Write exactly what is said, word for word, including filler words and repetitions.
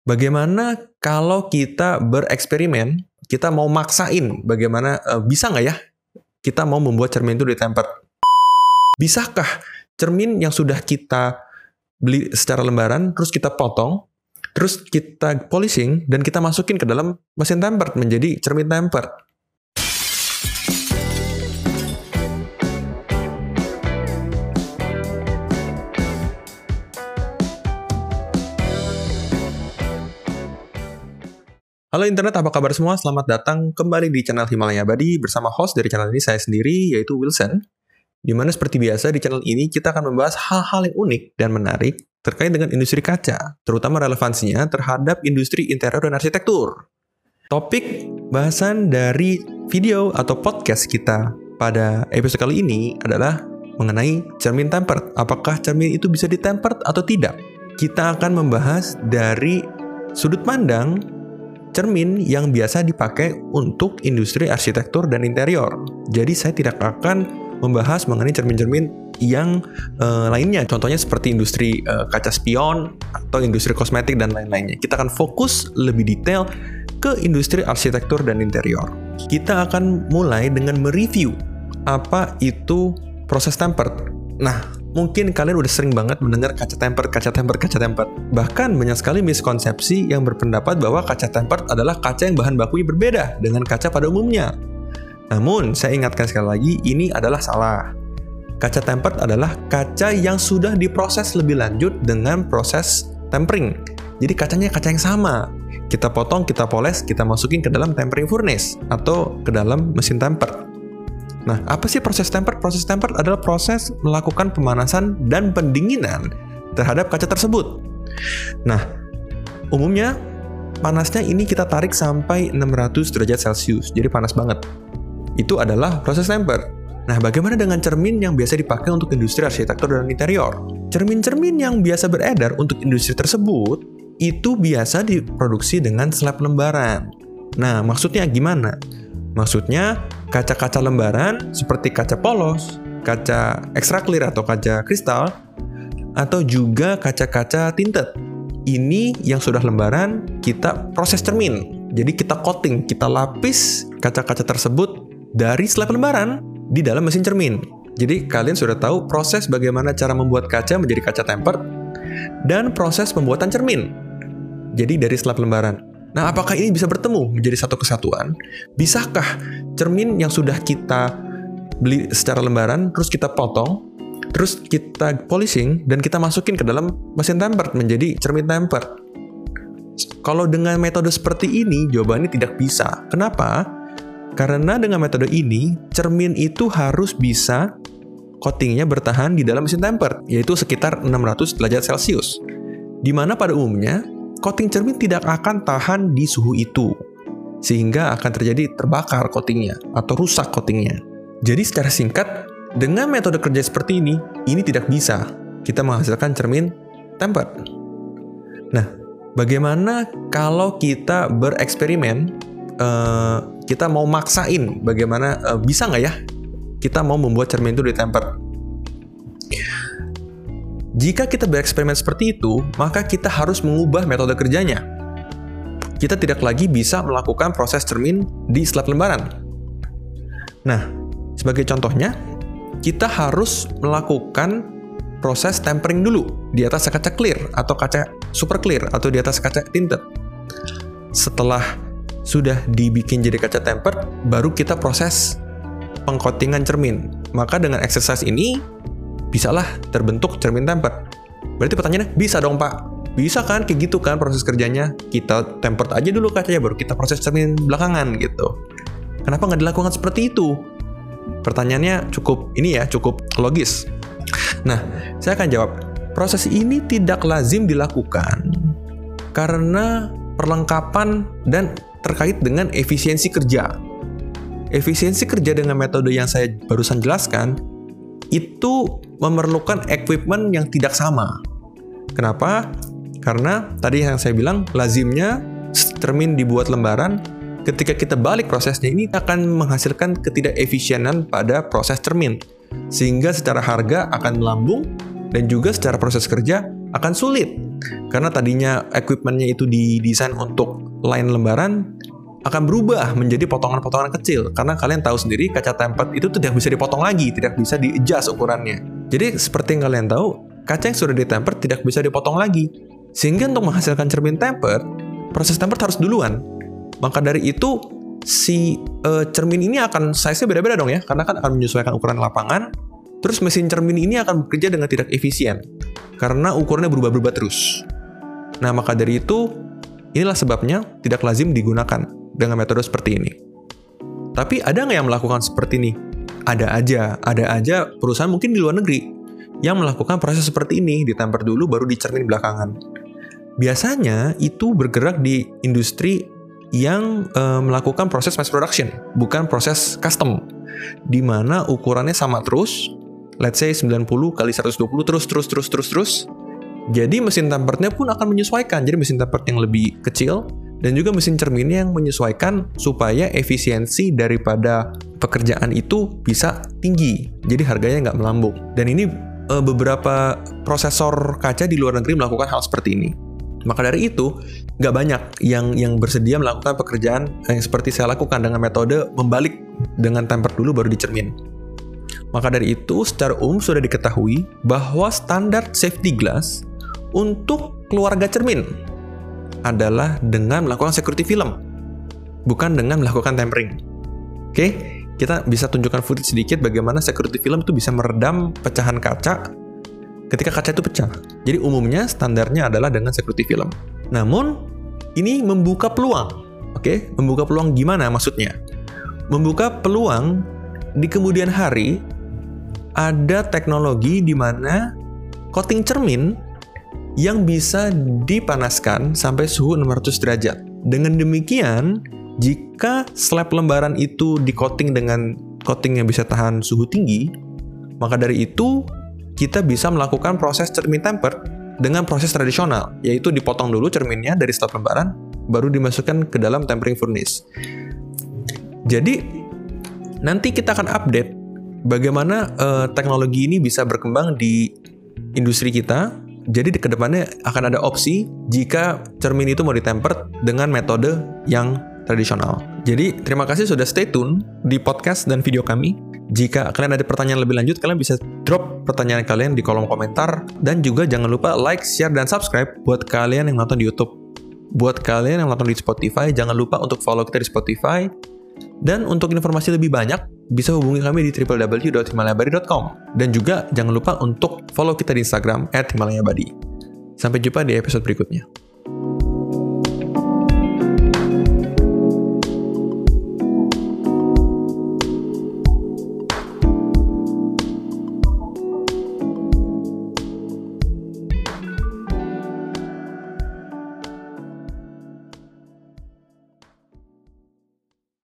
Bagaimana kalau kita bereksperimen, kita mau maksain bagaimana, uh, bisa nggak ya kita mau membuat cermin itu ditempered? Bisakah cermin yang sudah kita beli secara lembaran, terus kita potong, terus kita polishing, dan kita masukin ke dalam mesin tempered menjadi cermin tempered? Halo internet, apa kabar semua? Selamat datang kembali di channel Himalaya Abadi bersama host dari channel ini saya sendiri, yaitu Wilson. Dimana seperti biasa di channel ini kita akan membahas hal-hal yang unik dan menarik terkait dengan industri kaca, terutama relevansinya terhadap industri interior dan arsitektur. Topik bahasan dari video atau podcast kita pada episode kali ini adalah mengenai cermin tempered. Apakah cermin itu bisa ditempered atau tidak? Kita akan membahas dari sudut pandang cermin yang biasa dipakai untuk industri arsitektur dan interior. Jadi saya tidak akan membahas mengenai cermin-cermin yang uh, lainnya. Contohnya seperti industri uh, kaca spion atau industri kosmetik dan lain-lainnya. Kita akan fokus lebih detail ke industri arsitektur dan interior. Kita akan mulai dengan mereview apa itu proses tempered. Nah, mungkin kalian udah sering banget mendengar kaca tempered, kaca tempered, kaca tempered. Bahkan banyak sekali miskonsepsi yang berpendapat bahwa kaca tempered adalah kaca yang bahan bakunya berbeda dengan kaca pada umumnya. Namun, saya ingatkan sekali lagi, ini adalah salah. Kaca tempered adalah kaca yang sudah diproses lebih lanjut dengan proses tempering. Jadi kacanya kaca yang sama. Kita potong, kita poles, kita masukin ke dalam tempering furnace atau ke dalam mesin tempered. Nah, apa sih proses tempered? Proses tempered adalah proses melakukan pemanasan dan pendinginan terhadap kaca tersebut. Nah, umumnya panasnya ini kita tarik sampai enam ratus derajat Celcius, jadi panas banget. Itu adalah proses tempered. Nah, bagaimana dengan cermin yang biasa dipakai untuk industri arsitektur dan interior? Cermin-cermin yang biasa beredar untuk industri tersebut, itu biasa diproduksi dengan slab lembaran. Nah, maksudnya gimana? Maksudnya, kaca-kaca lembaran seperti kaca polos, kaca extra clear atau kaca kristal, atau juga kaca-kaca tinted. Ini yang sudah lembaran, kita proses cermin. Jadi kita coating, kita lapis kaca-kaca tersebut dari slab lembaran di dalam mesin cermin. Jadi kalian sudah tahu proses bagaimana cara membuat kaca menjadi kaca tempered dan proses pembuatan cermin. Jadi dari slab lembaran. Nah, apakah ini bisa bertemu menjadi satu kesatuan? Bisakah cermin yang sudah kita beli secara lembaran, terus kita potong, terus kita polishing, dan kita masukin ke dalam mesin tempered menjadi cermin tempered? Kalau dengan metode seperti ini, jawabannya tidak bisa. Kenapa? Karena dengan metode ini, cermin itu harus bisa coatingnya bertahan di dalam mesin tempered, yaitu sekitar enam ratus derajat Celcius. Di mana pada umumnya, coating cermin tidak akan tahan di suhu itu, sehingga akan terjadi terbakar coatingnya atau rusak coatingnya. Jadi secara singkat, dengan metode kerja seperti ini, ini tidak bisa kita menghasilkan cermin tempered. Nah, bagaimana kalau kita bereksperimen, uh, kita mau maksain bagaimana, uh, bisa nggak ya kita mau membuat cermin itu ditempered? Jika kita bereksperimen seperti itu, maka kita harus mengubah metode kerjanya. Kita tidak lagi bisa melakukan proses cermin di slab lembaran. Nah, sebagai contohnya, kita harus melakukan proses tempering dulu di atas kaca clear atau kaca super clear atau di atas kaca tinted. Setelah sudah dibikin jadi kaca tempered, baru kita proses pengcoatingan cermin. Maka dengan exercise ini, bisalah terbentuk cermin tempered. Berarti pertanyaannya, bisa dong Pak? Bisa kan? Kayak gitu kan proses kerjanya. Kita tempered aja dulu kacanya, baru kita proses cermin belakangan gitu. Kenapa nggak dilakukan seperti itu? Pertanyaannya cukup ini ya, cukup logis. Nah, saya akan jawab. Proses ini tidak lazim dilakukan karena perlengkapan dan terkait dengan efisiensi kerja. Efisiensi kerja dengan metode yang saya barusan jelaskan itu memerlukan equipment yang tidak sama. Kenapa? Karena tadi yang saya bilang, lazimnya cermin dibuat lembaran, ketika kita balik prosesnya ini akan menghasilkan ketidakefisienan pada proses cermin. Sehingga secara harga akan melambung dan juga secara proses kerja akan sulit. Karena tadinya equipment-nya itu didesain untuk line lembaran, akan berubah menjadi potongan-potongan kecil. Karena kalian tahu sendiri kaca tempered itu tidak bisa dipotong lagi, tidak bisa di-adjust ukurannya. Jadi seperti yang kalian tahu, kaca yang sudah di-tempered tidak bisa dipotong lagi. Sehingga untuk menghasilkan cermin tempered, proses tempered harus duluan. Maka dari itu, si uh, cermin ini akan size-nya beda-beda dong ya, karena kan akan menyesuaikan ukuran lapangan. Terus mesin cermin ini akan bekerja dengan tidak efisien, karena ukurannya berubah-ubah terus. Nah, maka dari itu, inilah sebabnya tidak lazim digunakan dengan metode seperti ini. Tapi ada nggak yang melakukan seperti ini? Ada aja, ada aja perusahaan mungkin di luar negeri yang melakukan proses seperti ini, ditemper dulu baru dicermin belakangan. Biasanya itu bergerak di industri yang e, melakukan proses mass production, bukan proses custom, di mana ukurannya sama terus, let's say sembilan puluh kali seratus dua puluh terus terus terus terus terus. Jadi mesin temperednya pun akan menyesuaikan. Jadi mesin tempered yang lebih kecil dan juga mesin cerminnya yang menyesuaikan supaya efisiensi daripada pekerjaan itu bisa tinggi. Jadi harganya nggak melambung. Dan ini e, beberapa prosesor kaca di luar negeri melakukan hal seperti ini. Maka dari itu, nggak banyak yang yang bersedia melakukan pekerjaan yang seperti saya lakukan dengan metode membalik dengan tempered dulu baru dicermin. Maka dari itu, secara umum sudah diketahui bahwa standar safety glass untuk keluarga cermin adalah dengan melakukan security film, bukan dengan melakukan tempering. Oke, kita bisa tunjukkan footage sedikit bagaimana security film itu bisa meredam pecahan kaca ketika kaca itu pecah. Jadi umumnya standarnya adalah dengan security film. Namun, ini membuka peluang. Oke, membuka peluang gimana maksudnya? Membuka peluang di kemudian hari ada teknologi di mana coating cermin yang bisa dipanaskan sampai suhu enam ratus derajat. Dengan demikian, jika slab lembaran itu di-coating dengan coating yang bisa tahan suhu tinggi, maka dari itu kita bisa melakukan proses cermin tempered dengan proses tradisional, yaitu dipotong dulu cerminnya dari slab lembaran, baru dimasukkan ke dalam tempering furnace. Jadi, nanti kita akan update bagaimana uh, teknologi ini bisa berkembang di industri kita. Jadi, di kedepannya akan ada opsi jika cermin itu mau ditempered dengan metode yang tradisional. Jadi, terima kasih sudah stay tune di podcast dan video kami. Jika kalian ada pertanyaan lebih lanjut, kalian bisa drop pertanyaan kalian di kolom komentar. Dan juga jangan lupa like, share, dan subscribe buat kalian yang nonton di YouTube. Buat kalian yang nonton di Spotify, jangan lupa untuk follow kita di Spotify. Dan untuk informasi lebih banyak, bisa hubungi kami di w w w dot himalayabadi dot com. Dan juga jangan lupa untuk follow kita di Instagram at himalayabadi. Sampai jumpa di episode berikutnya.